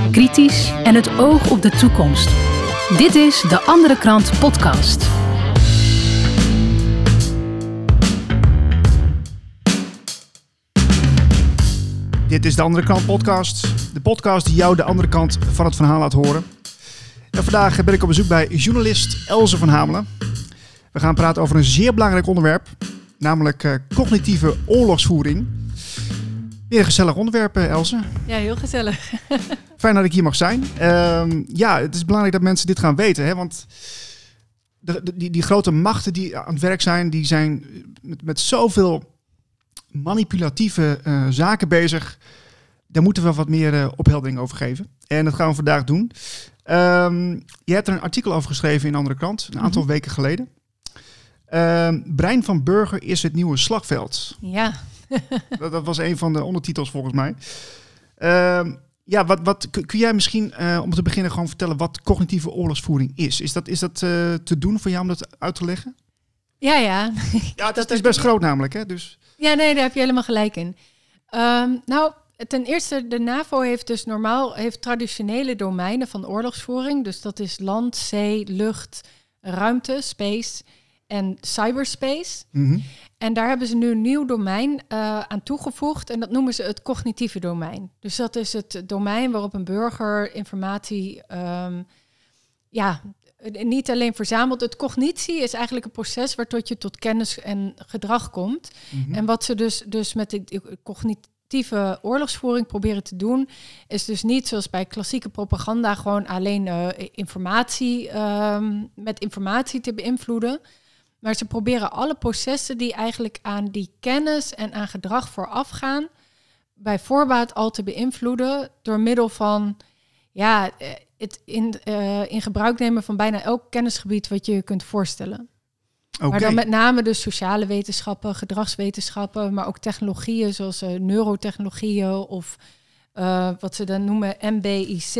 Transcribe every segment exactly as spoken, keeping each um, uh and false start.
kritisch en het oog op de toekomst. Dit is De Andere Krant podcast. Dit is De Andere Krant podcast. De podcast die jou de andere kant van het verhaal laat horen. En vandaag ben ik op bezoek bij journalist Else van Hamelen. We gaan praten over een zeer belangrijk onderwerp. Namelijk uh, cognitieve oorlogsvoering. Weer een gezellig onderwerp, Else. Ja, heel gezellig. Fijn dat ik hier mag zijn. Uh, ja, het is belangrijk dat mensen dit gaan weten. Hè? Want de, de, die, die grote machten die aan het werk zijn, die zijn met, met zoveel manipulatieve uh, zaken bezig. Daar moeten we wat meer uh, opheldering over geven. En dat gaan we vandaag doen. Um, je hebt er een artikel over geschreven in een andere krant, een aantal mm-hmm. weken geleden. Uh, Brein van Burger is het nieuwe slagveld. Ja. dat, dat was een van de ondertitels volgens mij. Uh, ja, wat, wat kun jij misschien, uh, om te beginnen, gewoon vertellen wat cognitieve oorlogsvoering is? Is dat, is dat uh, te doen voor jou om dat uit te leggen? Ja, ja. Ja, het is, het is best groot namelijk, hè? Dus... Ja, nee, daar heb je helemaal gelijk in. Um, nou, ten eerste, de NAVO heeft dus normaal heeft traditionele domeinen van oorlogsvoering. Dus dat is land, zee, lucht, ruimte, space en cyberspace. Mm-hmm. En daar hebben ze nu een nieuw domein uh, aan toegevoegd. En dat noemen ze het cognitieve domein. Dus dat is het domein waarop een burger informatie... Um, ja, niet alleen verzamelt. Het cognitie is eigenlijk een proces waardoor je tot kennis en gedrag komt. Mm-hmm. En wat ze dus, dus met de cognitieve oorlogsvoering proberen te doen, is dus niet zoals bij klassieke propaganda gewoon alleen uh, informatie um, met informatie te beïnvloeden. Maar ze proberen alle processen die eigenlijk aan die kennis en aan gedrag voorafgaan, bij voorbaat al te beïnvloeden door middel van ja, het in, uh, in gebruik nemen van bijna elk kennisgebied wat je je kunt voorstellen. Okay. Maar dan met name dus sociale wetenschappen, gedragswetenschappen, maar ook technologieën zoals uh, neurotechnologieën of uh, wat ze dan noemen M B I C,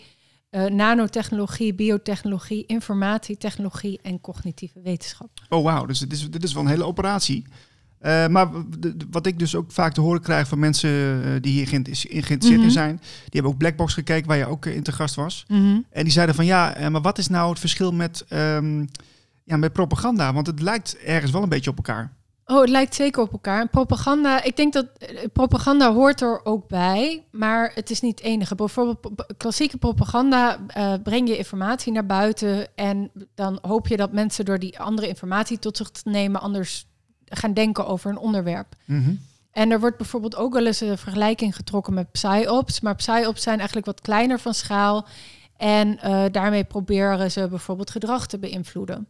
uh, nanotechnologie, biotechnologie, informatietechnologie en cognitieve wetenschap. Oh wauw, dus dit is, dit is wel een hele operatie. Uh, maar de, de, wat ik dus ook vaak te horen krijg van mensen uh, die hier geïnteresseerd mm-hmm. in zijn, die hebben ook Blackbox gekeken, waar je ook uh, in te gast was. Mm-hmm. En die zeiden van ja, uh, maar wat is nou het verschil met, um, ja, met propaganda? Want het lijkt ergens wel een beetje op elkaar. Oh, het lijkt zeker op elkaar. En propaganda, ik denk dat uh, propaganda hoort er ook bij, maar het is niet het enige. Bijvoorbeeld klassieke propaganda uh, breng je informatie naar buiten en dan hoop je dat mensen door die andere informatie tot zich te nemen anders gaan denken over een onderwerp. Mm-hmm. En er wordt bijvoorbeeld ook wel eens een vergelijking getrokken met psyops. Maar psyops zijn eigenlijk wat kleiner van schaal. En uh, daarmee proberen ze bijvoorbeeld gedrag te beïnvloeden.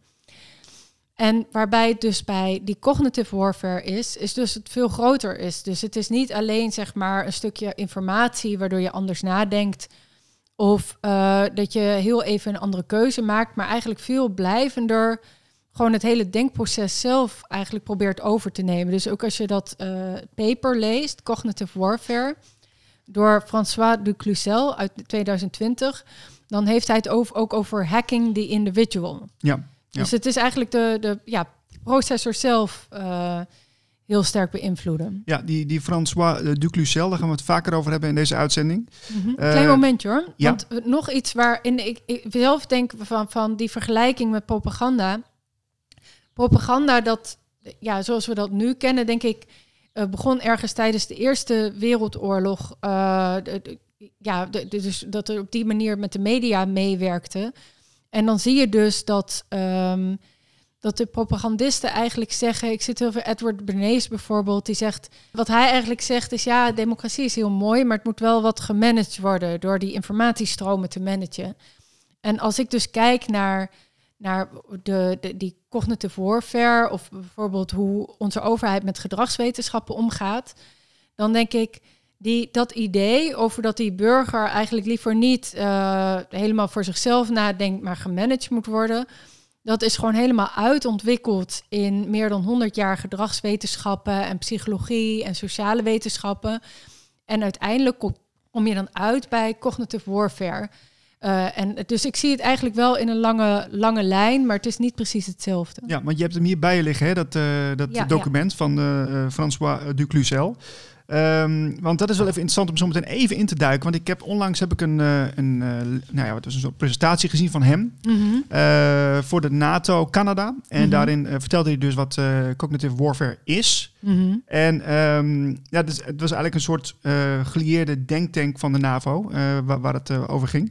En waarbij het dus bij die cognitive warfare is, is dus het veel groter is. Dus het is niet alleen zeg maar een stukje informatie waardoor je anders nadenkt. Of uh, dat je heel even een andere keuze maakt. Maar eigenlijk veel blijvender gewoon het hele denkproces zelf eigenlijk probeert over te nemen. Dus ook als je dat uh, paper leest, Cognitive Warfare, door François Ducluzel uit tweeduizend twintig, dan heeft hij het over, ook over hacking the individual. Ja, ja. Dus het is eigenlijk de, de ja, processor zelf uh, heel sterk beïnvloeden. Ja, die, die François Ducluzel, daar gaan we het vaker over hebben in deze uitzending. Mm-hmm. Uh, Klein momentje hoor. Ja. Want uh, nog iets waarin ik, ik zelf denk van, van die vergelijking met propaganda. Propaganda, dat, ja, zoals we dat nu kennen, denk ik, uh, begon ergens tijdens de Eerste Wereldoorlog. Uh, de, de, ja, de, de, dus dat er op die manier met de media meewerkte. En dan zie je dus dat, um, dat de propagandisten eigenlijk zeggen, ik zit heel veel Edward Bernays bijvoorbeeld, die zegt, wat hij eigenlijk zegt is, ja, democratie is heel mooi, maar het moet wel wat gemanaged worden door die informatiestromen te managen. En als ik dus kijk naar naar de, de, die cognitive warfare of bijvoorbeeld hoe onze overheid met gedragswetenschappen omgaat, dan denk ik, die, dat idee over dat die burger eigenlijk liever niet uh, helemaal voor zichzelf nadenkt, maar gemanaged moet worden, dat is gewoon helemaal uitontwikkeld in meer dan honderd jaar gedragswetenschappen en psychologie en sociale wetenschappen. En uiteindelijk kom, kom je dan uit bij cognitive warfare. Uh, en dus ik zie het eigenlijk wel in een lange, lange lijn, maar het is niet precies hetzelfde. Ja, want je hebt hem hier bij je liggen, hè? dat, uh, dat ja, document ja. van uh, François Ducluzel. Um, want dat is wel even interessant om zo meteen even in te duiken. Want ik heb onlangs heb ik een, uh, een, uh, nou ja, wat was een soort presentatie gezien van hem Mm-hmm. uh, voor de NATO Canada. En Mm-hmm. daarin daarin uh, vertelde hij dus wat uh, cognitive warfare is. Mm-hmm. En um, ja, dus, het was eigenlijk een soort uh, gelieerde denktank van de NAVO, uh, waar, waar het uh, over ging.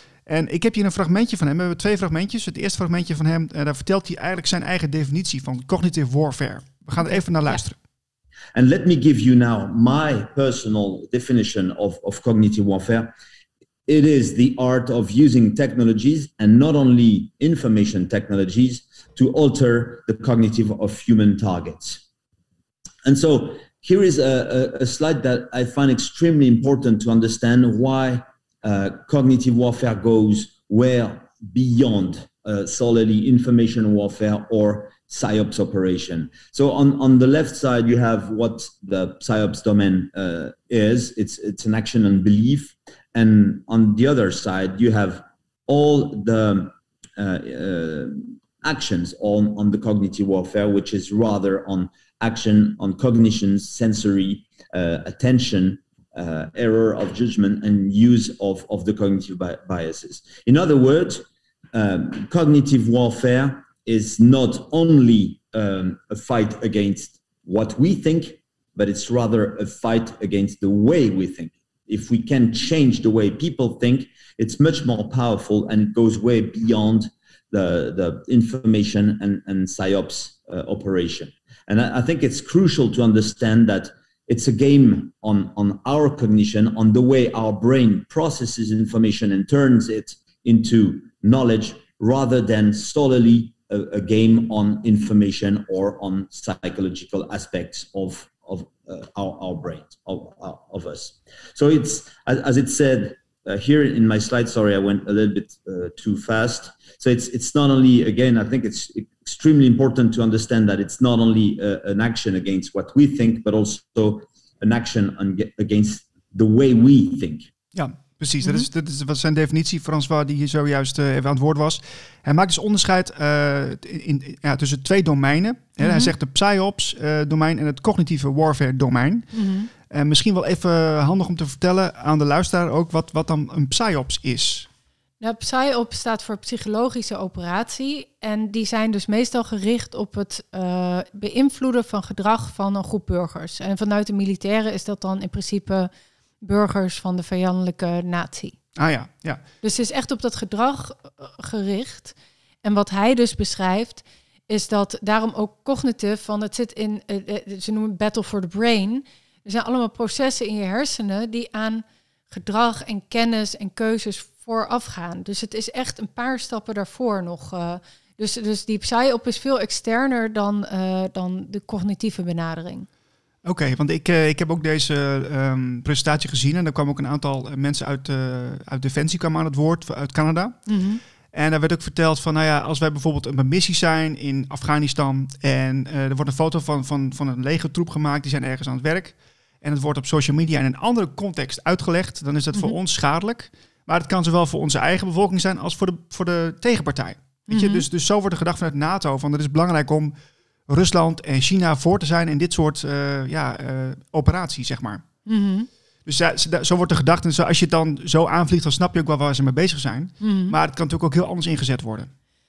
En ik heb hier een fragmentje van hem. We hebben twee fragmentjes. Het eerste fragmentje van hem, uh, daar vertelt hij eigenlijk zijn eigen definitie van cognitive warfare. We gaan er even naar luisteren. And let me give you now my personal definition of, of cognitive warfare. It is the art of using technologies, and not only information technologies, to alter the cognitive of human targets. And so here is a, a, a slide that I find extremely important to understand why uh, cognitive warfare goes well beyond uh, solely information warfare or PsyOps operation. So on, on the left side, you have what the PsyOps domain uh, is. It's, it's an action and belief. And on the other side, you have all the uh, uh, actions on, on the cognitive warfare, which is rather on action, on cognition, sensory, uh, attention, uh, error of judgment, and use of, of the cognitive bi- biases. In other words, um, cognitive warfare is not only um, a fight against what we think, but it's rather a fight against the way we think. If we can change the way people think, it's much more powerful, and it goes way beyond the, the information and, and PsyOps uh, operation. And I, I think it's crucial to understand that it's a game on, on our cognition, on the way our brain processes information and turns it into knowledge, rather than solely a, a game on information or on psychological aspects of of uh, our, our brains, of, of us. So it's, as, as it said uh, here in my slide, sorry, I went a little bit uh, too fast. So it's it's not only, again, I think it's extremely important to understand that it's not only uh, an action against what we think, but also an action on, against the way we think. Ja, precies. Mm-hmm. Dat, is, dat is wat zijn definitie, François, die hier zojuist uh, even aan het woord was. Hij maakt dus onderscheid uh, in, in, ja, tussen twee domeinen. Mm-hmm. Hij zegt de PsyOps uh, domein en het cognitieve warfare domein. Mm-hmm. Uh, misschien wel even handig om te vertellen aan de luisteraar ook wat, wat dan een PsyOps is. Nou, PsyOps staat voor psychologische operatie. En die zijn dus meestal gericht op het uh, beïnvloeden van gedrag van een groep burgers. En vanuit de militairen is dat dan in principe burgers van de vijandelijke natie. Ah ja, ja. Dus het is echt op dat gedrag gericht. En wat hij dus beschrijft, is dat daarom ook cognitief, van het zit in, uh, uh, ze noemen het battle for the brain. Er zijn allemaal processen in je hersenen die aan gedrag en kennis en keuzes vooraf gaan. Dus het is echt een paar stappen daarvoor nog. Uh, dus, dus die PsyOps is veel externer dan, uh, dan de cognitieve benadering. Oké, okay, want ik, uh, ik heb ook deze um, presentatie gezien en er kwamen ook een aantal mensen uit, uh, uit Defensie kwamen aan het woord, uit Canada. Mm-hmm. En daar werd ook verteld van, nou ja, als wij bijvoorbeeld een missie zijn in Afghanistan en uh, er wordt een foto van, van, van een legertroep gemaakt, die zijn ergens aan het werk en het wordt op social media in een andere context uitgelegd, dan is dat mm-hmm. voor ons schadelijk. Maar het kan zowel voor onze eigen bevolking zijn als voor de, voor de tegenpartij. Weet je? Mm-hmm. Dus, dus zo wordt er gedacht vanuit NATO van, het is belangrijk om Rusland en China voor te zijn in dit soort uh, ja, uh, operaties, zeg maar. Mm-hmm. Dus uh, zo wordt er gedacht. En zo, als je het dan zo aanvliegt, dan snap je ook wel waar ze mee bezig zijn. Mm-hmm. Maar het kan natuurlijk ook heel anders ingezet worden.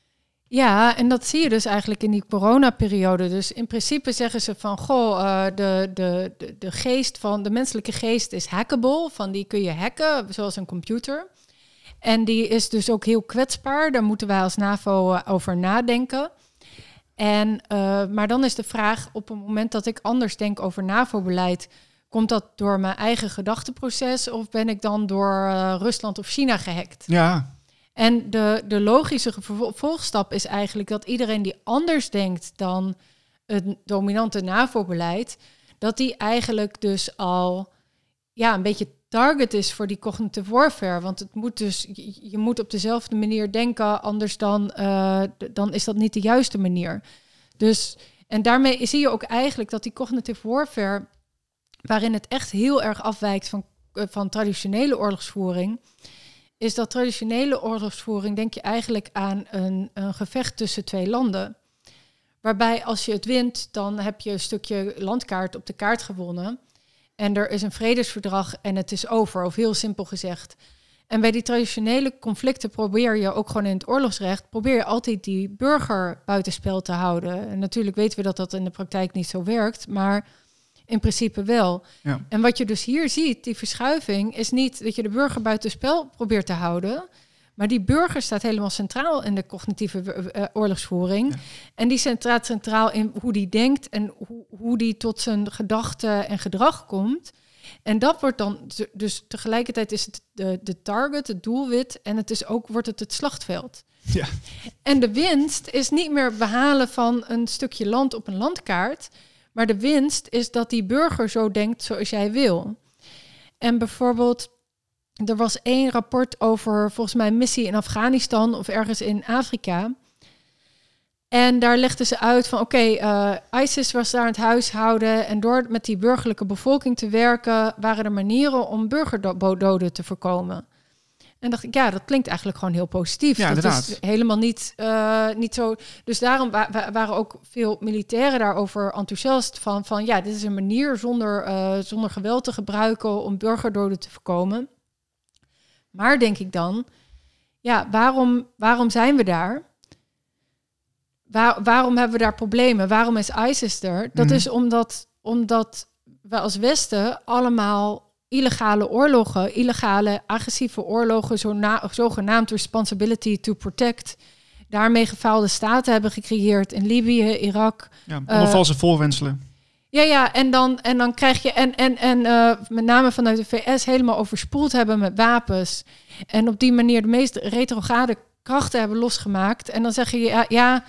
Ja, en dat zie je dus eigenlijk in die coronaperiode. Dus in principe zeggen ze van, goh, uh, de, de, de, de geest van de menselijke geest is hackable. Van die kun je hacken, zoals een computer. En die is dus ook heel kwetsbaar. Daar moeten wij als NAVO uh, over nadenken. En, uh, maar dan is de vraag, op het moment dat ik anders denk over NAVO-beleid, komt dat door mijn eigen gedachteproces of ben ik dan door uh, Rusland of China gehackt? Ja. En de, de logische vervolgstap is eigenlijk dat iedereen die anders denkt dan het dominante NAVO-beleid, dat die eigenlijk dus al ja, een beetje target is voor die cognitive warfare. Want het moet dus, je, je moet op dezelfde manier denken, anders dan, uh, dan is dat niet de juiste manier. Dus, en daarmee zie je ook eigenlijk dat die cognitive warfare, waarin het echt heel erg afwijkt van, uh, van traditionele oorlogsvoering, is dat traditionele oorlogsvoering, denk je eigenlijk aan een, een gevecht tussen twee landen. Waarbij als je het wint, dan heb je een stukje landkaart op de kaart gewonnen. En er is een vredesverdrag en het is over, of heel simpel gezegd. En bij die traditionele conflicten probeer je ook gewoon in het oorlogsrecht, probeer je altijd die burger buitenspel te houden. En natuurlijk weten we dat dat in de praktijk niet zo werkt, maar in principe wel. Ja. En wat je dus hier ziet, die verschuiving, is niet dat je de burger buitenspel probeert te houden, maar die burger staat helemaal centraal in de cognitieve uh, oorlogsvoering. Ja. En die staat centraal in hoe die denkt en hoe, hoe die tot zijn gedachten en gedrag komt. En dat wordt dan, dus tegelijkertijd is het de, de target, het doelwit, en het is ook, wordt het het slachtveld. Ja. En de winst is niet meer behalen van een stukje land op een landkaart, maar de winst is dat die burger zo denkt zoals jij wil. En bijvoorbeeld, er was één rapport over volgens mij een missie in Afghanistan of ergens in Afrika. En daar legden ze uit van oké, okay, uh, ISIS was daar aan het huishouden en door met die burgerlijke bevolking te werken waren er manieren om burgerdoden te voorkomen. En dacht ik, ja, dat klinkt eigenlijk gewoon heel positief. Ja, dat inderdaad. is helemaal niet, uh, niet zo. Dus daarom wa- wa- waren ook veel militairen daarover enthousiast van, van ja, dit is een manier zonder, uh, zonder geweld te gebruiken om burgerdoden te voorkomen. Maar denk ik dan, ja, waarom, waarom zijn we daar? Waar, waarom hebben we daar problemen? Waarom is ISIS er? Dat Mm-hmm. is omdat, omdat we als Westen allemaal illegale oorlogen, illegale agressieve oorlogen, zo na, zogenaamd responsibility to protect, daarmee gefaalde staten hebben gecreëerd in Libië, Irak. Ja, onder uh, valse voorwendselen. Ja, ja, en dan, en dan krijg je, en, en, en uh, met name vanuit de V S helemaal overspoeld hebben met wapens. En op die manier de meest retrograde krachten hebben losgemaakt. En dan zeg je, ja, ja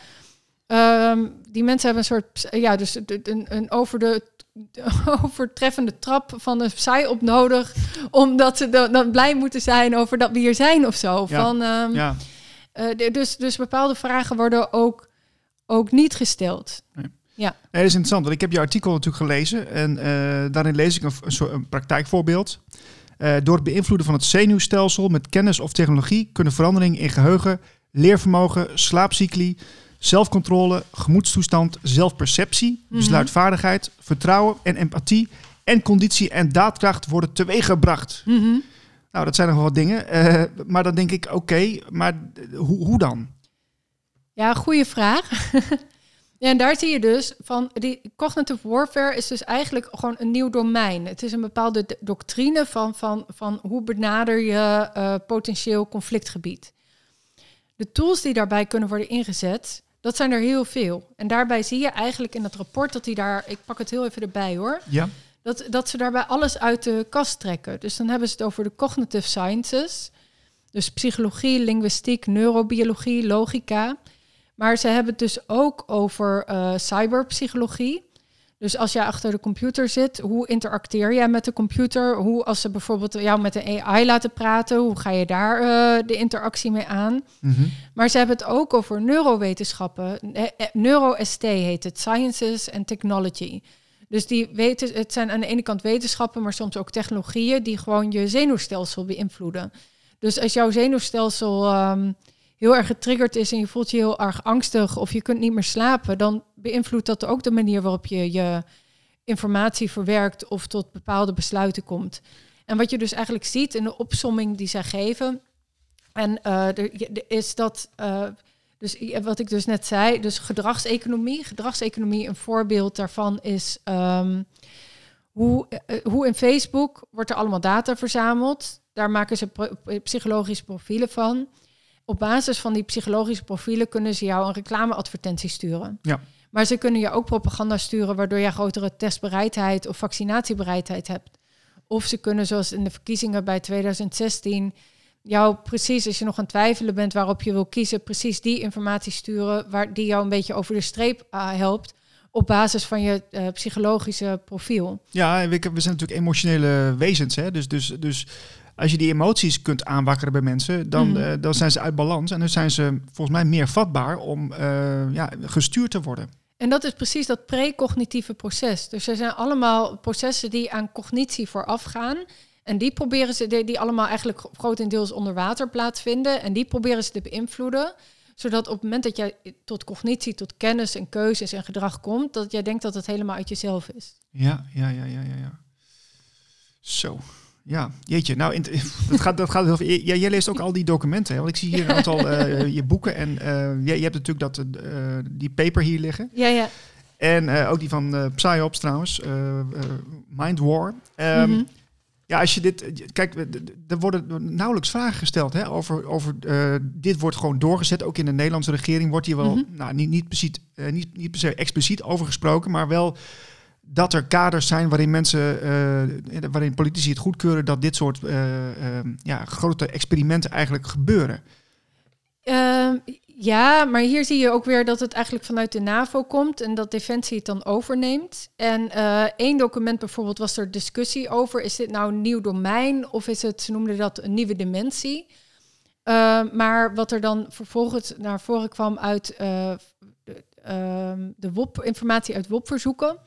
um, die mensen hebben een soort, ja, dus een, een over de overtreffende trap van de psy op nodig, omdat ze dan, dan blij moeten zijn over dat we hier zijn of zo. Ja. Van, um, Ja. uh, dus, dus bepaalde vragen worden ook, ook niet gesteld. Nee. Ja. Nee, dat is interessant, want ik heb je artikel natuurlijk gelezen en uh, daarin lees ik een, een, soort, een praktijkvoorbeeld. Uh, door het beïnvloeden van het zenuwstelsel met kennis of technologie kunnen veranderingen in geheugen, leervermogen, slaapcycli, zelfcontrole, gemoedstoestand, zelfperceptie, mm-hmm. besluitvaardigheid, vertrouwen en empathie en conditie en daadkracht worden teweeggebracht. Mm-hmm. Nou, dat zijn nog wel wat dingen. Uh, maar dan denk ik, oké, okay, maar hoe, hoe dan? Ja, goede vraag. Ja, en daar zie je dus van, die cognitive warfare is dus eigenlijk gewoon een nieuw domein. Het is een bepaalde d- doctrine van, van, van hoe benader je uh, potentieel conflictgebied. De tools die daarbij kunnen worden ingezet, dat zijn er heel veel. En daarbij zie je eigenlijk in het rapport dat die daar, ik pak het heel even erbij hoor, ja. dat, dat ze daarbij alles uit de kast trekken. Dus dan hebben ze het over de cognitive sciences, dus psychologie, linguïstiek, neurobiologie, logica. Maar ze hebben het dus ook over uh, cyberpsychologie. Dus als jij achter de computer zit, hoe interacteer jij met de computer? Hoe als ze bijvoorbeeld jou met een A I laten praten, hoe ga je daar uh, de interactie mee aan? Mm-hmm. Maar ze hebben het ook over neurowetenschappen. Neuro-S T heet het, Sciences and Technology. Dus die weten, het zijn aan de ene kant wetenschappen, maar soms ook technologieën die gewoon je zenuwstelsel beïnvloeden. Dus als jouw zenuwstelsel um, heel erg getriggerd is en je voelt je heel erg angstig of je kunt niet meer slapen, dan beïnvloedt dat ook de manier waarop je je informatie verwerkt of tot bepaalde besluiten komt. En wat je dus eigenlijk ziet in de opsomming die zij geven, en uh, er, er is dat, uh, dus wat ik dus net zei, dus gedragseconomie. Gedragseconomie, een voorbeeld daarvan is um, hoe, uh, hoe in Facebook wordt er allemaal data verzameld. Daar maken ze pro- psychologische profielen van. Op basis van die psychologische profielen kunnen ze jou een reclameadvertentie sturen. Ja. Maar ze kunnen je ook propaganda sturen waardoor je grotere testbereidheid of vaccinatiebereidheid hebt. Of ze kunnen, zoals in de verkiezingen bij twintig zestien, jou precies, als je nog aan het twijfelen bent waarop je wil kiezen, precies die informatie sturen waar die jou een beetje over de streep uh, helpt op basis van je uh, psychologische profiel. Ja, we, we zijn natuurlijk emotionele wezens, hè? Dus, dus, dus als je die emoties kunt aanwakkeren bij mensen, dan, mm. uh, dan zijn ze uit balans en dan zijn ze volgens mij meer vatbaar om uh, ja, gestuurd te worden. En dat is precies dat precognitieve proces. Dus er zijn allemaal processen die aan cognitie voorafgaan. En die proberen ze, die, die allemaal eigenlijk grotendeels onder water plaatsvinden. En die proberen ze te beïnvloeden. Zodat op het moment dat jij tot cognitie, tot kennis en keuzes en gedrag komt, dat jij denkt dat het helemaal uit jezelf is. Ja, ja, ja, ja, ja. ja. Zo. Ja, jeetje. Nou, in t- dat gaat, dat gaat heel veel. Ja, jij leest ook al die documenten, hè? Want ik zie hier een aantal uh, je boeken en uh, je, je hebt natuurlijk dat uh, die paper hier liggen. Ja, ja. En uh, ook die van uh, Psyops trouwens, uh, uh, Mind War. Um, Mm-hmm. Ja, als je dit... Kijk, er worden nauwelijks vragen gesteld hè, over... over uh, dit wordt gewoon doorgezet. Ook in de Nederlandse regering wordt hier wel... Mm-hmm. Nou, niet, niet, precies, uh, niet, niet per se expliciet over gesproken, maar wel dat er kaders zijn waarin mensen... Uh, waarin politici het goedkeuren dat dit soort uh, uh, ja, grote experimenten eigenlijk gebeuren. Uh, ja, maar hier zie je ook weer dat het eigenlijk vanuit de NAVO komt en dat Defensie het dan overneemt. En uh, één document bijvoorbeeld was er discussie over, is dit nou een nieuw domein of is het, ze noemden dat een nieuwe dimensie. Uh, maar wat er dan vervolgens naar voren kwam uit uh, de, uh, de W O P, informatie uit W O P-verzoeken,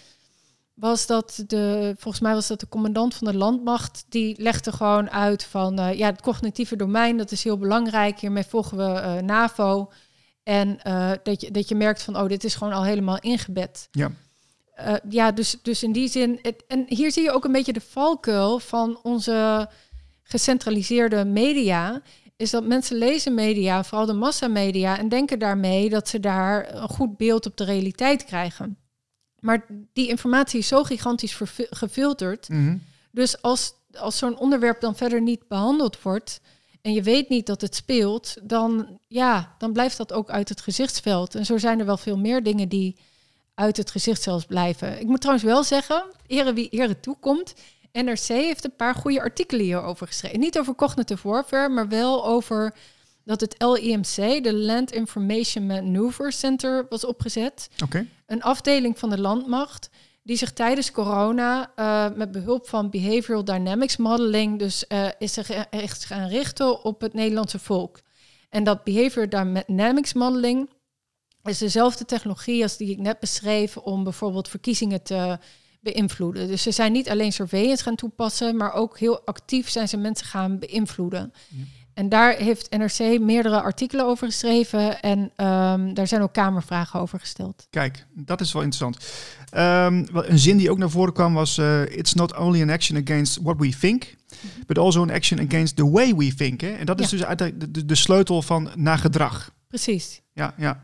was dat de, volgens mij was dat de commandant van de landmacht, die legde gewoon uit van, uh, ja, het cognitieve domein, dat is heel belangrijk, hiermee volgen we uh, NAVO. En uh, dat, je, dat je merkt van, oh, dit is gewoon al helemaal ingebed. Ja, uh, ja dus, dus in die zin, het, en hier zie je ook een beetje de valkuil van onze gecentraliseerde media, is dat mensen lezen media, vooral de massamedia, en denken daarmee dat ze daar een goed beeld op de realiteit krijgen. Maar die informatie is zo gigantisch verf- gefilterd. Mm-hmm. Dus als, als zo'n onderwerp dan verder niet behandeld wordt en je weet niet dat het speelt, dan, ja, dan blijft dat ook uit het gezichtsveld. En zo zijn er wel veel meer dingen die uit het gezichtsveld blijven. Ik moet trouwens wel zeggen, ere wie ere toekomt, N R C heeft een paar goede artikelen hierover geschreven. Niet over cognitive warfare, maar wel over dat het L I M C, de Land Information Maneuver Center, was opgezet. Okay. Een afdeling van de landmacht die zich tijdens corona uh, met behulp van behavioral dynamics modeling dus uh, is zich echt gaan richten op het Nederlandse volk. En dat behavioral dynamics modeling is dezelfde technologie als die ik net beschreef om bijvoorbeeld verkiezingen te beïnvloeden. Dus ze zijn niet alleen surveillance gaan toepassen, maar ook heel actief zijn ze mensen gaan beïnvloeden. Ja. En daar heeft N R C meerdere artikelen over geschreven en um, daar zijn ook kamervragen over gesteld. Kijk, dat is wel interessant. Um, een zin die ook naar voren kwam was, uh, it's not only an action against what we think, but also an action against the way we think. Hè? En dat is ja. dus uiteindelijk de, de, de sleutel van naar gedrag. Precies. Ja, ja.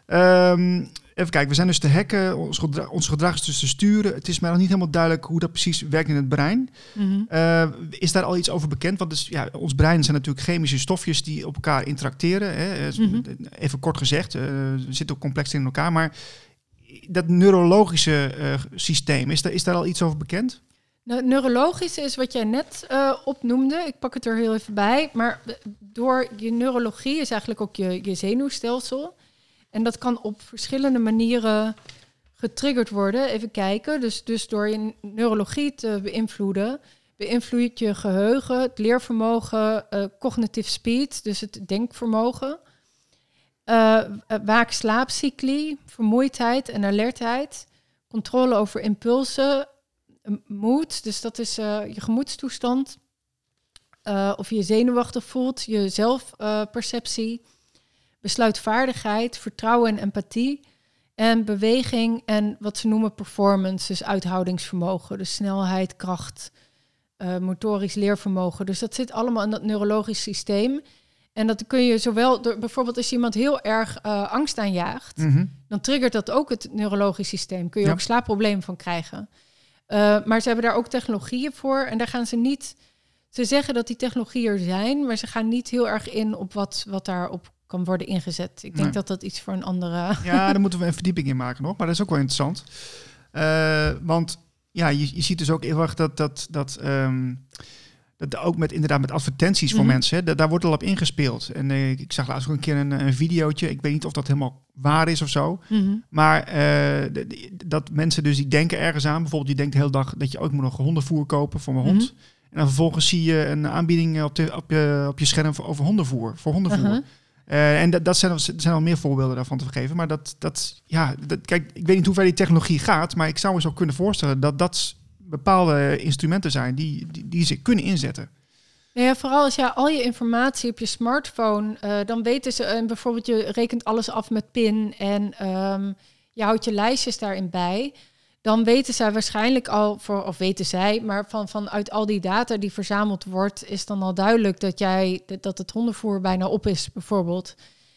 Um, even kijken, we zijn dus te hacken, ons gedrag, ons gedrag is dus te sturen. Het is mij nog niet helemaal duidelijk hoe dat precies werkt in het brein. Mm-hmm. Uh, is daar al iets over bekend? Want dus, ja, ons brein zijn natuurlijk chemische stofjes die op elkaar interacteren. Hè? Mm-hmm. Even kort gezegd, uh, we zitten ook complex in elkaar. Maar dat neurologische uh, systeem, is daar, is daar al iets over bekend? Nou, neurologisch is wat jij net uh, opnoemde. Ik pak het er heel even bij. Maar door je neurologie is eigenlijk ook je, je zenuwstelsel. En dat kan op verschillende manieren getriggerd worden. Even kijken. Dus, dus door je neurologie te beïnvloeden, beïnvloedt je geheugen, het leervermogen, uh, cognitive speed, dus het denkvermogen, uh, waak-slaapcycli, vermoeidheid en alertheid, controle over impulsen, moed, dus dat is uh, je gemoedstoestand, uh, of je zenuwachtig voelt, je zelfperceptie, uh, besluitvaardigheid, vertrouwen en empathie en beweging en wat ze noemen performance, dus uithoudingsvermogen, dus snelheid, kracht, uh, motorisch leervermogen. Dus dat zit allemaal in dat neurologisch systeem. En dat kun je zowel, door, bijvoorbeeld als je iemand heel erg uh, angst aanjaagt, mm-hmm. dan triggert dat ook het neurologisch systeem. Kun je ja. ook slaapproblemen van krijgen. Uh, maar ze hebben daar ook technologieën voor en daar gaan ze niet, ze zeggen dat die technologieën er zijn, maar ze gaan niet heel erg in op wat, wat daarop kan worden ingezet. Ik denk nee. dat dat iets voor een andere... Ja, daar moeten we een verdieping in maken nog, maar dat is ook wel interessant. Uh, want ja, je, je ziet dus ook heel erg dat, dat, dat, um, dat ook met inderdaad met advertenties mm-hmm. voor mensen, hè, da, daar wordt al op ingespeeld. En uh, ik zag laatst ook een keer een, een videootje, ik weet niet of dat helemaal waar is of zo, mm-hmm. maar uh, de, de, dat mensen dus die denken ergens aan, bijvoorbeeld je denkt de hele dag dat je ook moet nog hondenvoer kopen voor mijn hond. Mm-hmm. En dan vervolgens zie je een aanbieding op, de, op, je, op je scherm over hondenvoer, voor hondenvoer. Uh-huh. Uh, en dat, dat zijn, er zijn al meer voorbeelden daarvan te geven. Maar dat, dat, ja, dat, kijk, ik weet niet hoe ver die technologie gaat, maar ik zou me zo kunnen voorstellen dat dat bepaalde instrumenten zijn die, die, die ze kunnen inzetten. Nou ja, vooral als je al je informatie op je smartphone, uh, dan weten ze, uh, bijvoorbeeld je rekent alles af met PIN en um, je houdt je lijstjes daarin bij. dan weten zij waarschijnlijk al, voor, of weten zij, maar van, vanuit al die data die verzameld wordt, is dan al duidelijk dat jij dat het hondenvoer bijna op is, bijvoorbeeld.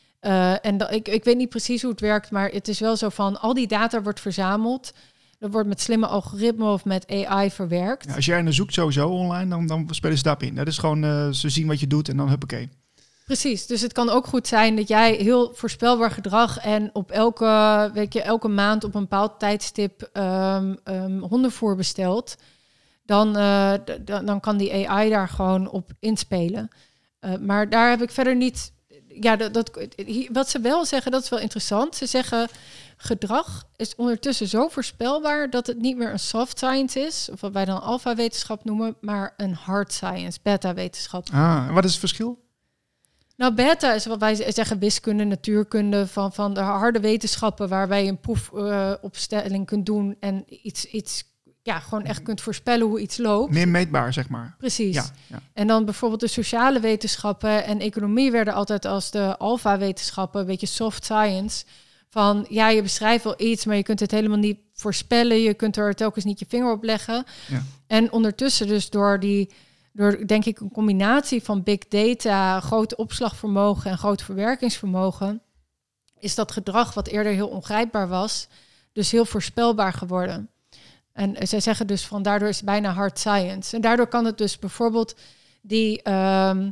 Uh, en dat, ik, ik weet niet precies hoe het werkt, maar het is wel zo van al die data wordt verzameld. Dat wordt met slimme algoritmen of met A I verwerkt. Ja, als jij er naar zoekt sowieso online, dan, dan spelen ze daarop in. Dat is gewoon, uh, ze zien wat je doet en dan huppakee. Precies, dus het kan ook goed zijn dat jij heel voorspelbaar gedrag en op elke, weet je, elke maand op een bepaald tijdstip um, um, hondenvoer bestelt. Dan, uh, d- d- dan kan die A I daar gewoon op inspelen. Uh, maar daar heb ik verder niet... Ja, dat, dat, wat ze wel zeggen, dat is wel interessant. Ze zeggen, gedrag is ondertussen zo voorspelbaar dat het niet meer een soft science is, of wat wij dan alpha-wetenschap noemen, maar een hard science, beta-wetenschap. Ah, en wat is het verschil? Nou, beta is wat wij zeggen wiskunde, natuurkunde, van, van de harde wetenschappen, waarbij je een proefopstelling uh, kunt doen en iets, iets, ja, gewoon echt kunt voorspellen hoe iets loopt. Meer meetbaar, zeg maar. Precies. Ja, ja. En dan bijvoorbeeld de sociale wetenschappen en economie werden altijd als de alpha-wetenschappen, een beetje soft science. Van, ja, je beschrijft wel iets, maar je kunt het helemaal niet voorspellen. Je kunt er telkens niet je vinger op leggen. Ja. En ondertussen dus door die... door denk ik een combinatie van big data, groot opslagvermogen en groot verwerkingsvermogen, is dat gedrag wat eerder heel ongrijpbaar was, dus heel voorspelbaar geworden. En zij zeggen dus van daardoor is het bijna hard science. En daardoor kan het dus bijvoorbeeld die um,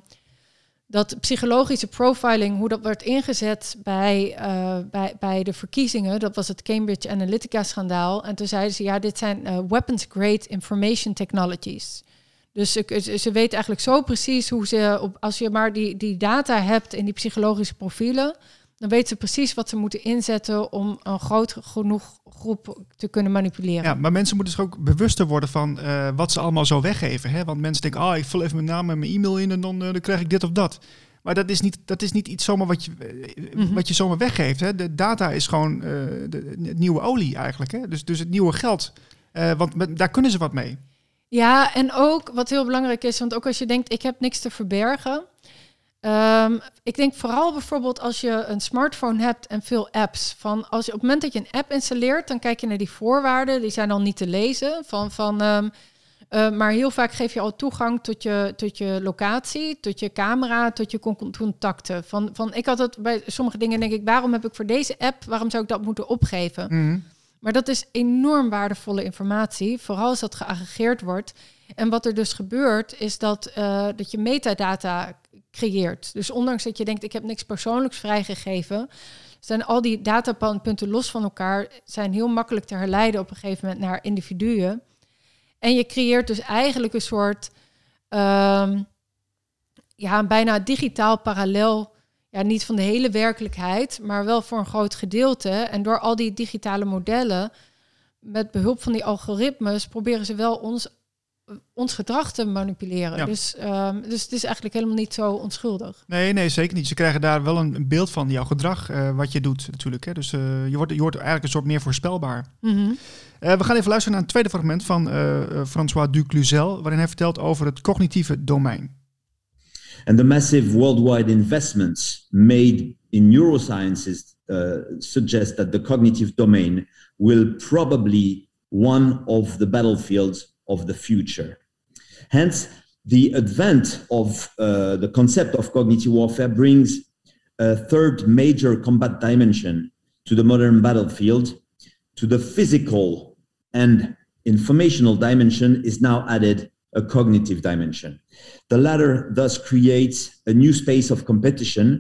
dat psychologische profiling, hoe dat werd ingezet bij, uh, bij, bij de verkiezingen, dat was het Cambridge Analytica-schandaal. En toen zeiden ze, ja, dit zijn uh, weapons-grade information technologies. Dus ze, ze weten eigenlijk zo precies hoe ze, op, als je maar die, die data hebt in die psychologische profielen, dan weten ze precies wat ze moeten inzetten om een groot genoeg groep te kunnen manipuleren. Ja, maar mensen moeten zich ook bewuster worden van uh, wat ze allemaal zo weggeven. Hè? Want mensen denken, ah, ik vul even mijn naam en mijn e-mail in en dan, uh, dan krijg ik dit of dat. Maar dat is niet, dat is niet iets zomaar wat je, uh, mm-hmm. wat je zomaar weggeeft. Hè? De data is gewoon uh, de, de nieuwe olie eigenlijk. Hè? Dus, dus het nieuwe geld. Uh, want met, daar kunnen ze wat mee. Ja, en ook wat heel belangrijk is, want ook als je denkt, ik heb niks te verbergen. Um, ik denk vooral bijvoorbeeld als je een smartphone hebt en veel apps. Van als je, op het moment dat je een app installeert, dan kijk je naar die voorwaarden. Die zijn al niet te lezen. Van, van, um, uh, maar heel vaak geef je al toegang tot je, tot je locatie, tot je camera, tot je contacten. Van, van, ik had het bij sommige dingen, denk ik, waarom heb ik voor deze app, waarom zou ik dat moeten opgeven? Mm-hmm. Maar dat is enorm waardevolle informatie, vooral als dat geaggregeerd wordt. En wat er dus gebeurt, is dat, uh, dat je metadata creëert. Dus ondanks dat je denkt, ik heb niks persoonlijks vrijgegeven, zijn al die datapunten los van elkaar, zijn heel makkelijk te herleiden op een gegeven moment naar individuen. En je creëert dus eigenlijk een soort, um, ja, een bijna digitaal parallel. Ja, niet van de hele werkelijkheid, maar wel voor een groot gedeelte. En door al die digitale modellen, met behulp van die algoritmes, proberen ze wel ons, ons gedrag te manipuleren. Ja. Dus, um, dus het is eigenlijk helemaal niet zo onschuldig. Nee, nee, zeker niet. Ze krijgen daar wel een, een beeld van jouw gedrag, uh, wat je doet natuurlijk. Hè. Dus uh, je, wordt, je wordt eigenlijk een soort meer voorspelbaar. Mm-hmm. Uh, we gaan even luisteren naar een tweede fragment van uh, uh, François Ducluzel, waarin hij vertelt over het cognitieve domein. And the massive worldwide investments made in neurosciences uh, suggest that the cognitive domain will probably one of the battlefields of the future. Hence, the advent of uh, the concept of cognitive warfare brings a third major combat dimension to the modern battlefield. To the physical and informational dimension is now added a cognitive dimension. The latter thus creates a new space of competition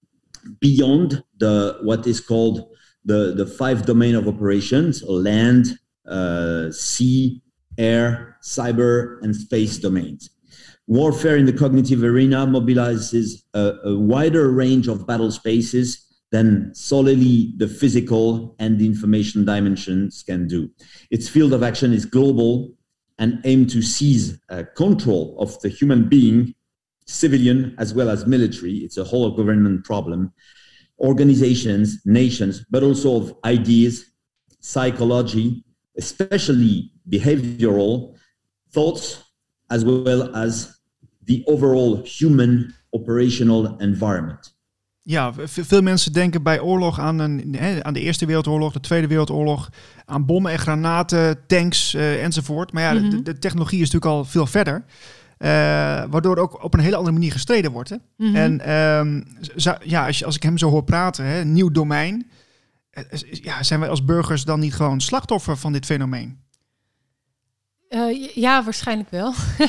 beyond the what is called the, the five domain of operations: land, uh, sea, air, cyber, and space domains. Warfare in the cognitive arena mobilizes a, a wider range of battle spaces than solely the physical and the information dimensions can do. Its field of action is global and aim to seize uh, control of the human being, civilian as well as military. It's a whole of government problem. Organizations, nations, but also of ideas, psychology, especially behavioral thoughts, as well as the overall human operational environment. Ja, veel mensen denken bij oorlog aan, een, hè, aan de Eerste Wereldoorlog, de Tweede Wereldoorlog, aan bommen en granaten, tanks uh, enzovoort. Maar ja, mm-hmm. de, de technologie is natuurlijk al veel verder. Uh, waardoor er ook op een hele andere manier gestreden wordt. Hè? Mm-hmm. En um, zo, ja, als, je, als ik hem zo hoor praten, hè, nieuw domein. Uh, ja, zijn wij als burgers dan niet gewoon slachtoffer van dit fenomeen? Uh, ja, waarschijnlijk wel.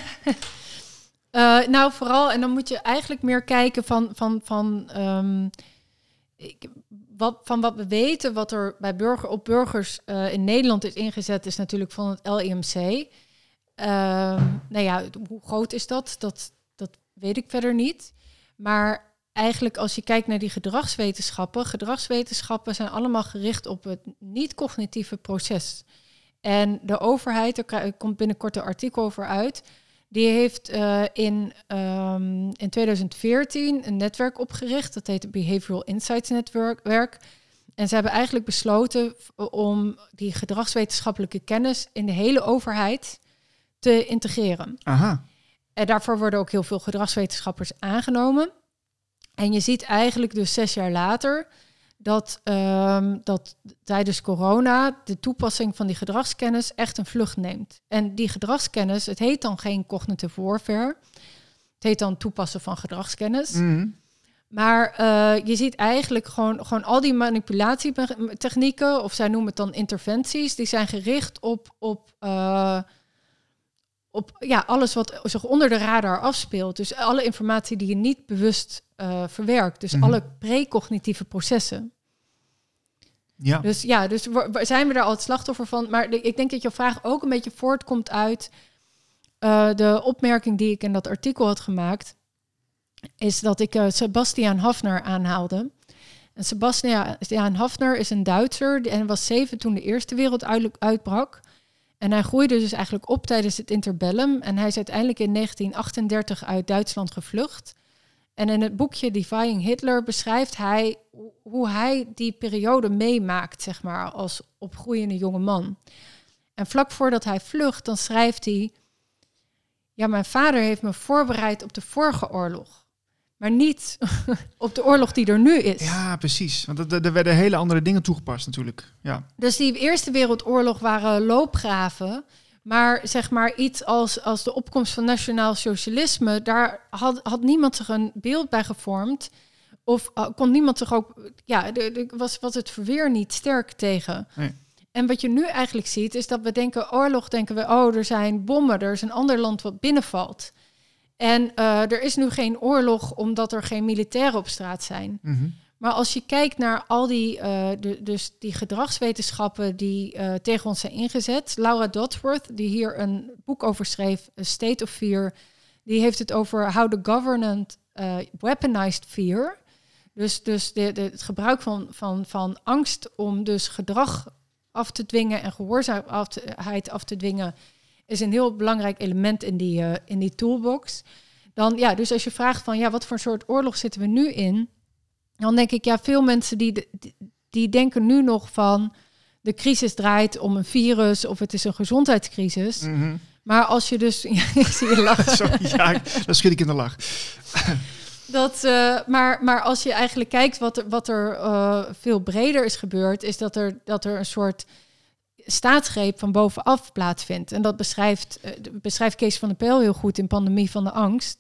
uh, nou, vooral, en dan moet je eigenlijk meer kijken van, van, van, um, ik, wat, van wat we weten, wat er bij burger, op burgers uh, in Nederland is ingezet, is natuurlijk van het L I M C. Uh, nou ja, hoe groot is dat? dat? Dat weet ik verder niet. Maar eigenlijk als je kijkt naar die gedragswetenschappen, gedragswetenschappen zijn allemaal gericht op het niet-cognitieve proces. En de overheid, er komt binnenkort een artikel over uit, die heeft uh, in, um, in twintig veertien een netwerk opgericht. Dat heet het Behavioral Insights Netwerk. En ze hebben eigenlijk besloten om die gedragswetenschappelijke kennis in de hele overheid te integreren. Aha. En daarvoor worden ook heel veel gedragswetenschappers aangenomen. En je ziet eigenlijk dus zes jaar later dat, um, dat tijdens corona de toepassing van die gedragskennis echt een vlucht neemt. En die gedragskennis, het heet dan geen cognitive warfare. Het heet dan toepassen van gedragskennis. Mm-hmm. Maar uh, je ziet eigenlijk gewoon, gewoon al die manipulatietechnieken, of zij noemen het dan interventies, die zijn gericht op, op, uh, op ja, alles wat zich onder de radar afspeelt. Dus alle informatie die je niet bewust uh, verwerkt. Dus mm-hmm. alle precognitieve processen. Ja. Dus ja, dus w- zijn we daar al het slachtoffer van. Maar de, ik denk dat je vraag ook een beetje voortkomt uit uh, de opmerking die ik in dat artikel had gemaakt, is dat ik uh, Sebastian Haffner aanhaalde. En Sebastian Haffner is een Duitser en was zeven toen de Eerste Wereldoorlog uitbrak. En hij groeide dus eigenlijk op tijdens het interbellum. En hij is uiteindelijk in negentien achtendertig uit Duitsland gevlucht. En in het boekje Defying Hitler beschrijft hij hoe hij die periode meemaakt, zeg maar, als opgroeiende jonge man. En vlak voordat hij vlucht, dan schrijft hij: ja, mijn vader heeft me voorbereid op de vorige oorlog. Maar niet op de oorlog die er nu is. Ja, precies. Want er werden hele andere dingen toegepast natuurlijk. Ja. Dus die Eerste Wereldoorlog waren loopgraven. Maar zeg maar iets als, als de opkomst van nationaal socialisme, daar had, had niemand zich een beeld bij gevormd. Of uh, kon niemand zich ook... Ja, de, de, was, was het verweer niet sterk tegen. Nee. En wat je nu eigenlijk ziet, is dat we denken, oorlog, denken we, oh, er zijn bommen, er is een ander land wat binnenvalt. En uh, er is nu geen oorlog omdat er geen militairen op straat zijn. Mm-hmm. Maar als je kijkt naar al die, uh, de, dus die gedragswetenschappen die uh, tegen ons zijn ingezet. Laura Dodsworth, die hier een boek over schreef, A State of Fear, die heeft het over how the government uh, weaponized fear. Dus, dus de, de, het gebruik van, van, van angst om dus gedrag af te dwingen en gehoorzaamheid af te dwingen is een heel belangrijk element in die, uh, in die toolbox. Dan, ja, dus als je vraagt van, ja, wat voor soort oorlog zitten we nu in? Dan denk ik, ja, veel mensen die, die, die denken nu nog van, de crisis draait om een virus of het is een gezondheidscrisis. Mm-hmm. Maar als je dus... Ja, ik zie je lachen. Sorry, ja, dan schiet ik in de lach. Dat, uh, maar, maar als je eigenlijk kijkt wat er, wat er uh, veel breder is gebeurd, is dat er, dat er een soort staatsgreep van bovenaf plaatsvindt. En dat beschrijft, uh, beschrijft Kees van der Pijl heel goed in Pandemie van de Angst.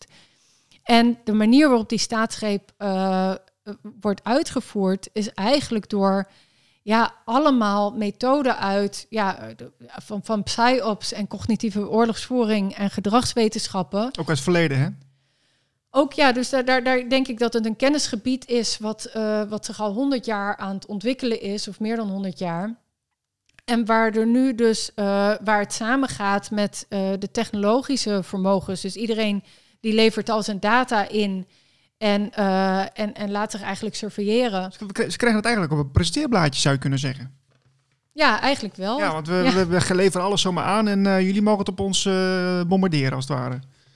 En de manier waarop die staatsgreep uh, wordt uitgevoerd is eigenlijk door ja, allemaal methoden uit ja, de, van, van psyops en cognitieve oorlogsvoering en gedragswetenschappen. Ook uit het verleden, hè? Ook ja, dus daar, daar, daar denk ik dat het een kennisgebied is wat, uh, wat zich al honderd jaar aan het ontwikkelen is, of meer dan honderd jaar. En waar er nu dus, uh, waar het samengaat met uh, de technologische vermogens. Dus iedereen die levert al zijn data in en, uh, en, en laat zich eigenlijk surveilleren. Ze krijgen het eigenlijk op een presenteerblaadje, zou je kunnen zeggen. Ja, eigenlijk wel. Ja, want we, ja. we, we leveren alles zomaar aan en uh, jullie mogen het op ons uh, bombarderen, als het ware.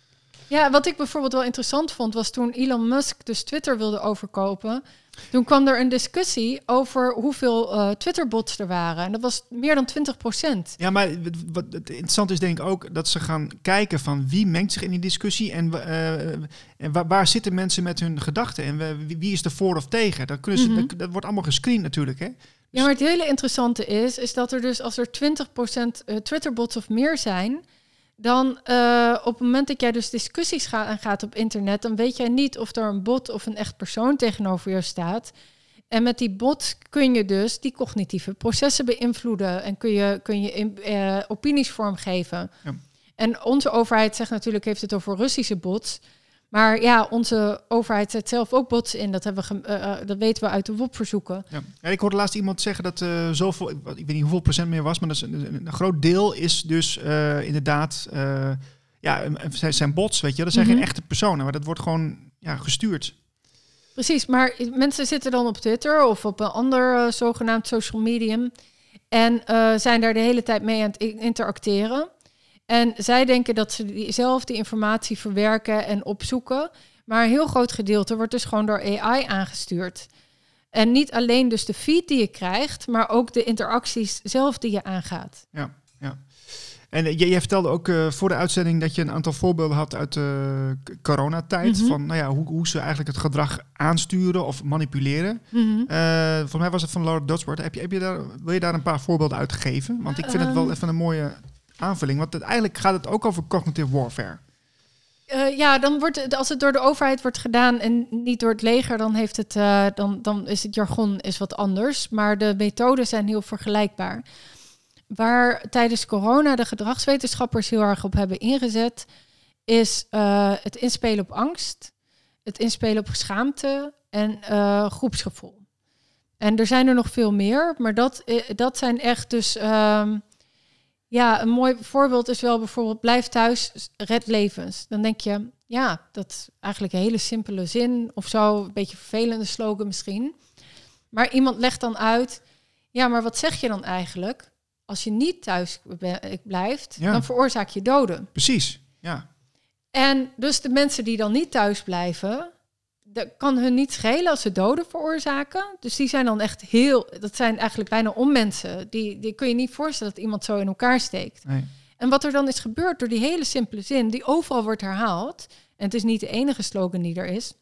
Ja, wat ik bijvoorbeeld wel interessant vond, was toen Elon Musk dus Twitter wilde overkopen. Toen kwam er een discussie over hoeveel uh, Twitter-bots er waren. En dat was meer dan twintig procent. Ja, maar wat het interessant is denk ik ook dat ze gaan kijken van wie mengt zich in die discussie en, uh, en waar, waar zitten mensen met hun gedachten en wie, wie is er voor of tegen. Dat, kunnen ze, mm-hmm. dat, dat wordt allemaal gescreend natuurlijk, hè. Ja, maar het hele interessante is, is dat er dus als er twintig procent uh, Twitter-bots of meer zijn, dan uh, op het moment dat jij dus discussies gaat en gaat op internet, dan weet jij niet of er een bot of een echt persoon tegenover je staat. En met die bot kun je dus die cognitieve processen beïnvloeden en kun je, kun je uh, opinies vormgeven. Ja. En onze overheid zegt natuurlijk, heeft het over Russische bots. Maar ja, onze overheid zet zelf ook bots in. Dat, hebben we, uh, dat weten we uit de W O P-verzoeken. Ja. Ja, ik hoorde laatst iemand zeggen dat uh, zoveel, ik weet niet hoeveel procent meer was, maar dat is een, een, een groot deel is dus uh, inderdaad, uh, ja, zijn, zijn bots, weet je. Dat zijn mm-hmm. geen echte personen, maar dat wordt gewoon ja, gestuurd. Precies, maar mensen zitten dan op Twitter of op een ander uh, zogenaamd social medium en uh, zijn daar de hele tijd mee aan het interacteren. En zij denken dat ze die, zelf die informatie verwerken en opzoeken. Maar een heel groot gedeelte wordt dus gewoon door A I aangestuurd. En niet alleen dus de feed die je krijgt, maar ook de interacties zelf die je aangaat. Ja, ja. En uh, jij vertelde ook uh, voor de uitzending dat je een aantal voorbeelden had uit de uh, coronatijd. Mm-hmm. Van nou ja, hoe, hoe ze eigenlijk het gedrag aansturen of manipuleren. Mm-hmm. Uh, volgens mij was het van Laura Dodsworth. Heb je, heb je daar, wil je daar een paar voorbeelden uit geven? Want ik vind uh, het wel even een mooie aanvulling. Want het, eigenlijk gaat het ook over cognitive warfare. Uh, ja, dan wordt het, als het door de overheid wordt gedaan en niet door het leger, dan heeft het, uh, dan, dan is het jargon is wat anders. Maar de methoden zijn heel vergelijkbaar. Waar tijdens corona de gedragswetenschappers heel erg op hebben ingezet, is uh, het inspelen op angst, het inspelen op schaamte en uh, groepsgevoel. En er zijn er nog veel meer, maar dat, dat zijn echt dus Um, ja, een mooi voorbeeld is wel bijvoorbeeld blijf thuis, red levens. Dan denk je, ja, dat is eigenlijk een hele simpele zin of zo, een beetje vervelende slogan misschien. Maar iemand legt dan uit, ja, maar wat zeg je dan eigenlijk? Als je niet thuis blijft, ja. dan veroorzaak je doden. Precies, ja. En dus de mensen die dan niet thuis blijven, dat kan hun niet schelen als ze doden veroorzaken. Dus die zijn dan echt heel, dat zijn eigenlijk bijna onmensen. Die, die kun je niet voorstellen dat iemand zo in elkaar steekt. Nee. En wat er dan is gebeurd door die hele simpele zin, die overal wordt herhaald, en het is niet de enige slogan die er is,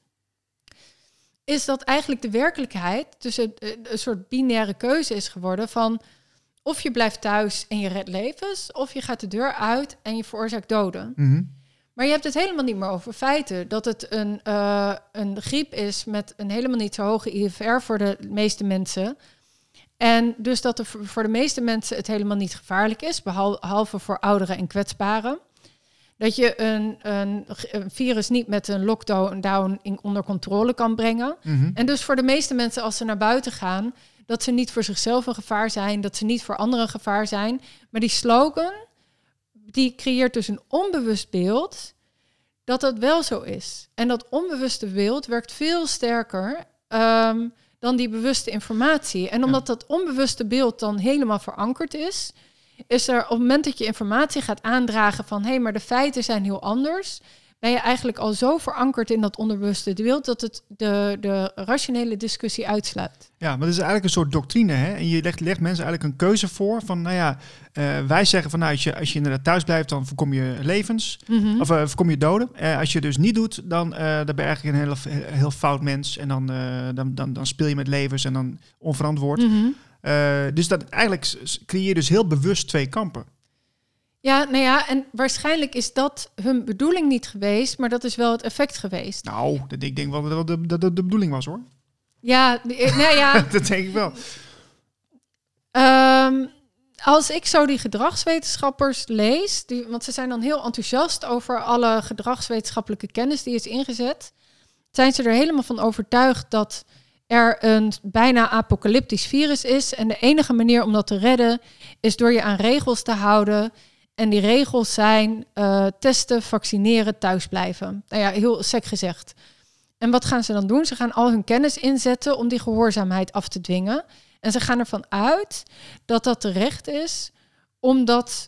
is dat eigenlijk de werkelijkheid tussen een soort binaire keuze is geworden van of je blijft thuis en je redt levens, of je gaat de deur uit en je veroorzaakt doden. Mm-hmm. Maar je hebt het helemaal niet meer over feiten. Dat het een, uh, een griep is met een helemaal niet zo hoge I F R voor de meeste mensen. En dus dat er voor de meeste mensen het helemaal niet gevaarlijk is, behalve voor ouderen en kwetsbaren. Dat je een, een, een virus niet met een lockdown in, onder controle kan brengen. Mm-hmm. En dus voor de meeste mensen als ze naar buiten gaan, dat ze niet voor zichzelf een gevaar zijn, dat ze niet voor anderen een gevaar zijn. Maar die slogan, die creëert dus een onbewust beeld dat dat wel zo is. En dat onbewuste beeld werkt veel sterker um, dan die bewuste informatie. En omdat ja. dat onbewuste beeld dan helemaal verankerd is, is er op het moment dat je informatie gaat aandragen van hé, hey, maar de feiten zijn heel anders, ben je eigenlijk al zo verankerd in dat onderbewuste beeld dat het de, de rationele discussie uitsluit. Ja, maar het is eigenlijk een soort doctrine, hè? En je legt, legt mensen eigenlijk een keuze voor van, nou ja, uh, wij zeggen van, nou, als je, als je inderdaad thuis blijft, dan voorkom je levens, mm-hmm. of uh, voorkom je doden. Uh, als je dus niet doet, dan, uh, dan ben je eigenlijk een heel, heel fout mens en dan, uh, dan, dan, dan speel je met levens en dan onverantwoord. Mm-hmm. Uh, dus dat eigenlijk creëer je dus heel bewust twee kampen. Ja, nou ja, en waarschijnlijk is dat hun bedoeling niet geweest, maar dat is wel het effect geweest. Nou, dat, ik denk wel dat dat de, de, de bedoeling was, hoor. Ja, nou ja. Dat denk ik wel. Um, als ik zo die gedragswetenschappers lees, die, want ze zijn dan heel enthousiast over alle gedragswetenschappelijke kennis die is ingezet, zijn ze er helemaal van overtuigd dat er een bijna apocalyptisch virus is en de enige manier om dat te redden is door je aan regels te houden. En die regels zijn uh, testen, vaccineren, thuisblijven. Nou ja, heel sec gezegd. En wat gaan ze dan doen? Ze gaan al hun kennis inzetten om die gehoorzaamheid af te dwingen. En ze gaan ervan uit dat dat terecht is, omdat,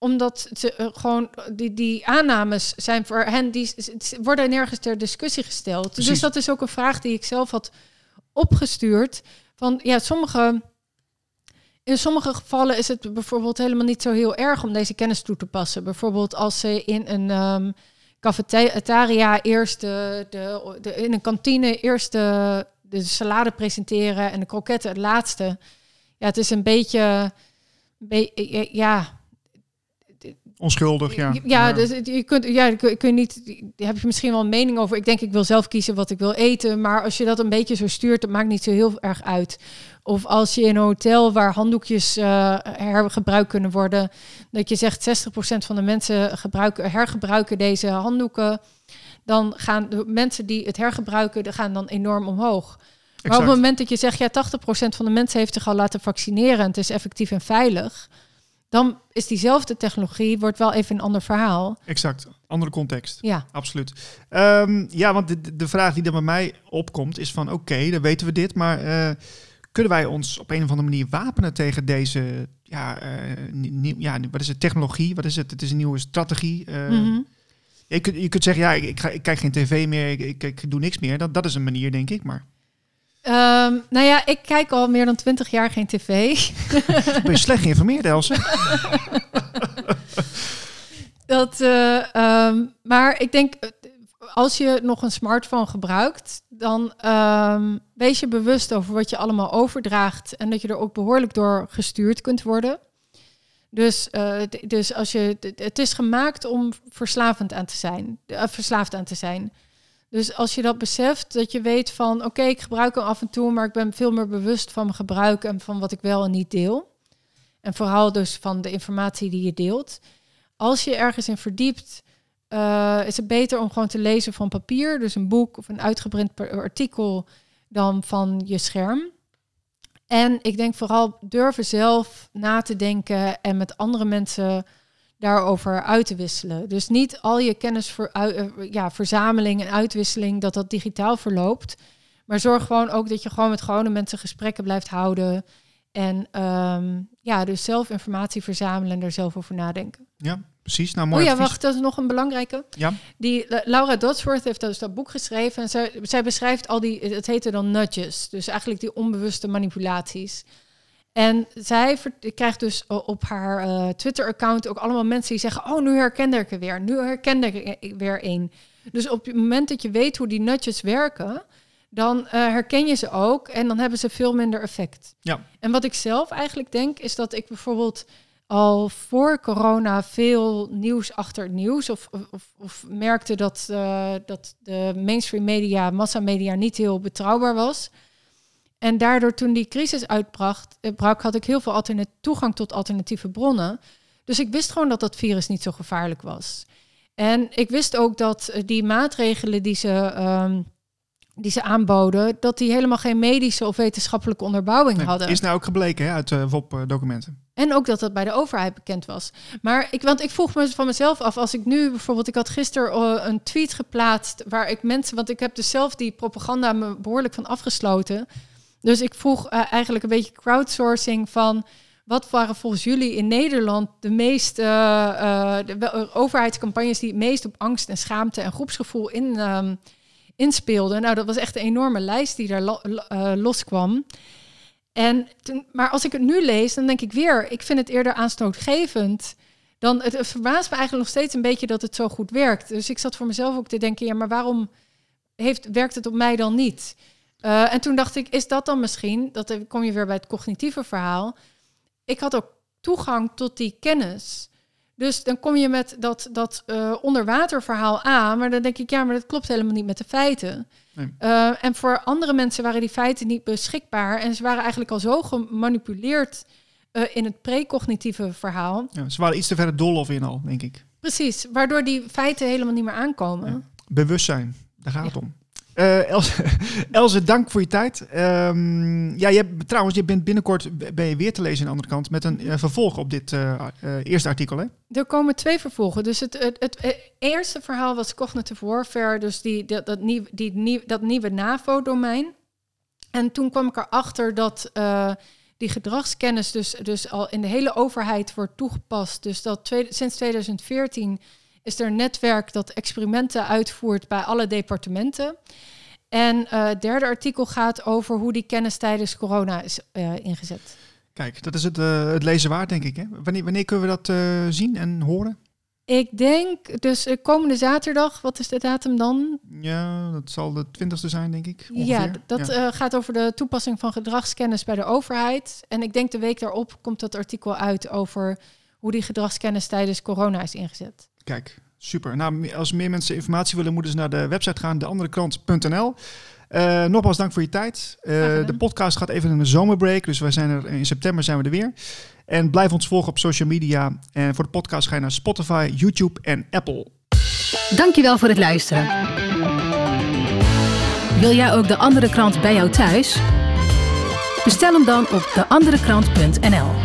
Omdat ze uh, gewoon die, die aannames zijn voor hen, die worden nergens ter discussie gesteld. Precies. Dus dat is ook een vraag die ik zelf had opgestuurd. Van ja, sommige. In sommige gevallen is het bijvoorbeeld helemaal niet zo heel erg om deze kennis toe te passen. Bijvoorbeeld als ze in een um, cafetaria eerst de, de, de, in een kantine eerst de, de salade presenteren en de kroketten het laatste. Ja, het is een beetje, be, ja. Onschuldig, ja. Ja, ja. Dus je kunt, ja, kun je niet. Daar heb je misschien wel een mening over. Ik denk, ik wil zelf kiezen wat ik wil eten. Maar als je dat een beetje zo stuurt, dat maakt niet zo heel erg uit. Of als je in een hotel waar handdoekjes uh, hergebruikt kunnen worden, dat je zegt zestig procent van de mensen gebruiken, hergebruiken deze handdoeken, dan gaan de mensen die het hergebruiken, die gaan dan enorm omhoog. Exact. Maar op het moment dat je zegt, ja, tachtig procent van de mensen heeft zich al laten vaccineren en het is effectief en veilig, dan is diezelfde technologie, wordt wel even een ander verhaal. Exact, andere context. Ja. Absoluut. Um, ja, want de, de vraag die dan bij mij opkomt is van, oké, okay, dan weten we dit, maar uh, kunnen wij ons op een of andere manier wapenen tegen deze, ja, uh, nieuw, ja, wat is het, technologie? Wat is het? Het is een nieuwe strategie. Uh, Mm-hmm. je, kunt, je kunt zeggen, ja, ik, ik, ga, ik kijk geen tv meer, ik, ik, ik doe niks meer. Dat, dat is een manier, denk ik, maar... Um, nou ja, ik kijk al meer dan twintig jaar geen tv. Ben je slecht geïnformeerd, Else? dat, uh, um, maar ik denk, als je nog een smartphone gebruikt, dan um, wees je bewust over wat je allemaal overdraagt en dat je er ook behoorlijk door gestuurd kunt worden. Dus, uh, d- dus als je, d- het is gemaakt om verslavend aan te zijn, uh, verslaafd aan te zijn. Dus als je dat beseft, dat je weet van, oké, okay, ik gebruik hem af en toe, maar ik ben veel meer bewust van mijn gebruik en van wat ik wel en niet deel. En vooral dus van de informatie die je deelt. Als je ergens in verdiept, uh, is het beter om gewoon te lezen van papier, dus een boek of een uitgeprint artikel, dan van je scherm. En ik denk vooral durven zelf na te denken en met andere mensen daarover uit te wisselen. Dus niet al je kennis voor, uh, ja, verzameling en uitwisseling, dat dat digitaal verloopt. Maar zorg gewoon ook dat je gewoon met gewone mensen gesprekken blijft houden. En um, ja, dus zelf informatie verzamelen en er zelf over nadenken. Ja, precies. Nou, mooi oh ja, advies. wacht, dat is nog een belangrijke. Ja. Die uh, Laura Dodsworth heeft dus dat boek geschreven. En zij, zij beschrijft al die, het heette dan nudges. Dus eigenlijk die onbewuste manipulaties. En zij ver- krijgt dus op haar uh, Twitter-account ook allemaal mensen die zeggen, oh, nu herkende ik er weer. Nu herkende ik er weer één. Dus op het moment dat je weet hoe die nudges werken, dan uh, herken je ze ook en dan hebben ze veel minder effect. Ja. En wat ik zelf eigenlijk denk, is dat ik bijvoorbeeld al voor corona veel nieuws achter het nieuws, of, of, of merkte dat, uh, dat de mainstream media, massamedia niet heel betrouwbaar was. En daardoor toen die crisis uitbrak, had ik heel veel alternat- toegang tot alternatieve bronnen. Dus ik wist gewoon dat dat virus niet zo gevaarlijk was. En ik wist ook dat die maatregelen die ze, um, die ze aanboden, dat die helemaal geen medische of wetenschappelijke onderbouwing Nee, hadden. Is nou ook gebleken hè, uit uh, W O P-documenten. En ook dat dat bij de overheid bekend was. Maar ik, want ik vroeg me van mezelf af, als ik nu bijvoorbeeld, ik had gisteren uh, een tweet geplaatst waar ik mensen, want ik heb dus zelf die propaganda me behoorlijk van afgesloten. Dus ik vroeg uh, eigenlijk een beetje crowdsourcing van, wat waren volgens jullie in Nederland de meest uh, uh, de overheidscampagnes die het meest op angst en schaamte en groepsgevoel in, um, inspeelden? Nou, dat was echt een enorme lijst die daar lo- uh, loskwam. En toen, maar als ik het nu lees, dan denk ik weer, ik vind het eerder aanstootgevend. Dan, het, het verbaast me eigenlijk nog steeds een beetje dat het zo goed werkt. Dus ik zat voor mezelf ook te denken, ja, maar waarom heeft, werkt het op mij dan niet? Uh, en toen dacht ik, is dat dan misschien, dat kom je weer bij het cognitieve verhaal. Ik had ook toegang tot die kennis. Dus dan kom je met dat, dat uh, onderwaterverhaal aan, maar dan denk ik, ja, maar dat klopt helemaal niet met de feiten. Nee. Uh, en voor andere mensen waren die feiten niet beschikbaar en ze waren eigenlijk al zo gemanipuleerd uh, in het precognitieve verhaal. Ja, ze waren iets te ver het doolhof in al, denk ik. Precies, waardoor die feiten helemaal niet meer aankomen. Ja. Bewustzijn, daar gaat ja. het om. Uh, Else, Else, dank voor je tijd. Um, ja, je hebt, trouwens, je bent binnenkort ben je weer te lezen aan de andere kant met een uh, vervolg op dit uh, uh, eerste artikel, hè? Er komen twee vervolgen. Dus het, het, het, het eerste verhaal was cognitive warfare, dus die, dat, dat, nieuw, die, nieuw, dat nieuwe NAVO-domein. En toen kwam ik erachter dat uh, die gedragskennis dus, dus al in de hele overheid wordt toegepast. Dus dat tweede, sinds tweeduizend veertien is er een netwerk dat experimenten uitvoert bij alle departementen. En uh, het derde artikel gaat over hoe die kennis tijdens corona is uh, ingezet. Kijk, dat is het, uh, het lezen waard, denk ik. Hè? Wanneer, wanneer kunnen we dat uh, zien en horen? Ik denk dus uh, komende zaterdag, wat is de datum dan? Ja, dat zal de twintigste zijn, denk ik. Ongeveer. Ja, dat ja. Uh, gaat over de toepassing van gedragskennis bij de overheid. En ik denk de week daarop komt dat artikel uit over hoe die gedragskennis tijdens corona is ingezet. Kijk, super. Nou, als meer mensen informatie willen, moeten ze naar de website gaan, de andere krant punt n l. Uh, nogmaals dank voor je tijd. Uh, de podcast gaat even in een zomerbreak, dus wij zijn er in september zijn we er weer. En blijf ons volgen op social media. En voor de podcast ga je naar Spotify, YouTube en Apple. Dankjewel voor het luisteren. Wil jij ook De Andere Krant bij jou thuis? Bestel hem dan op de andere krant punt n l.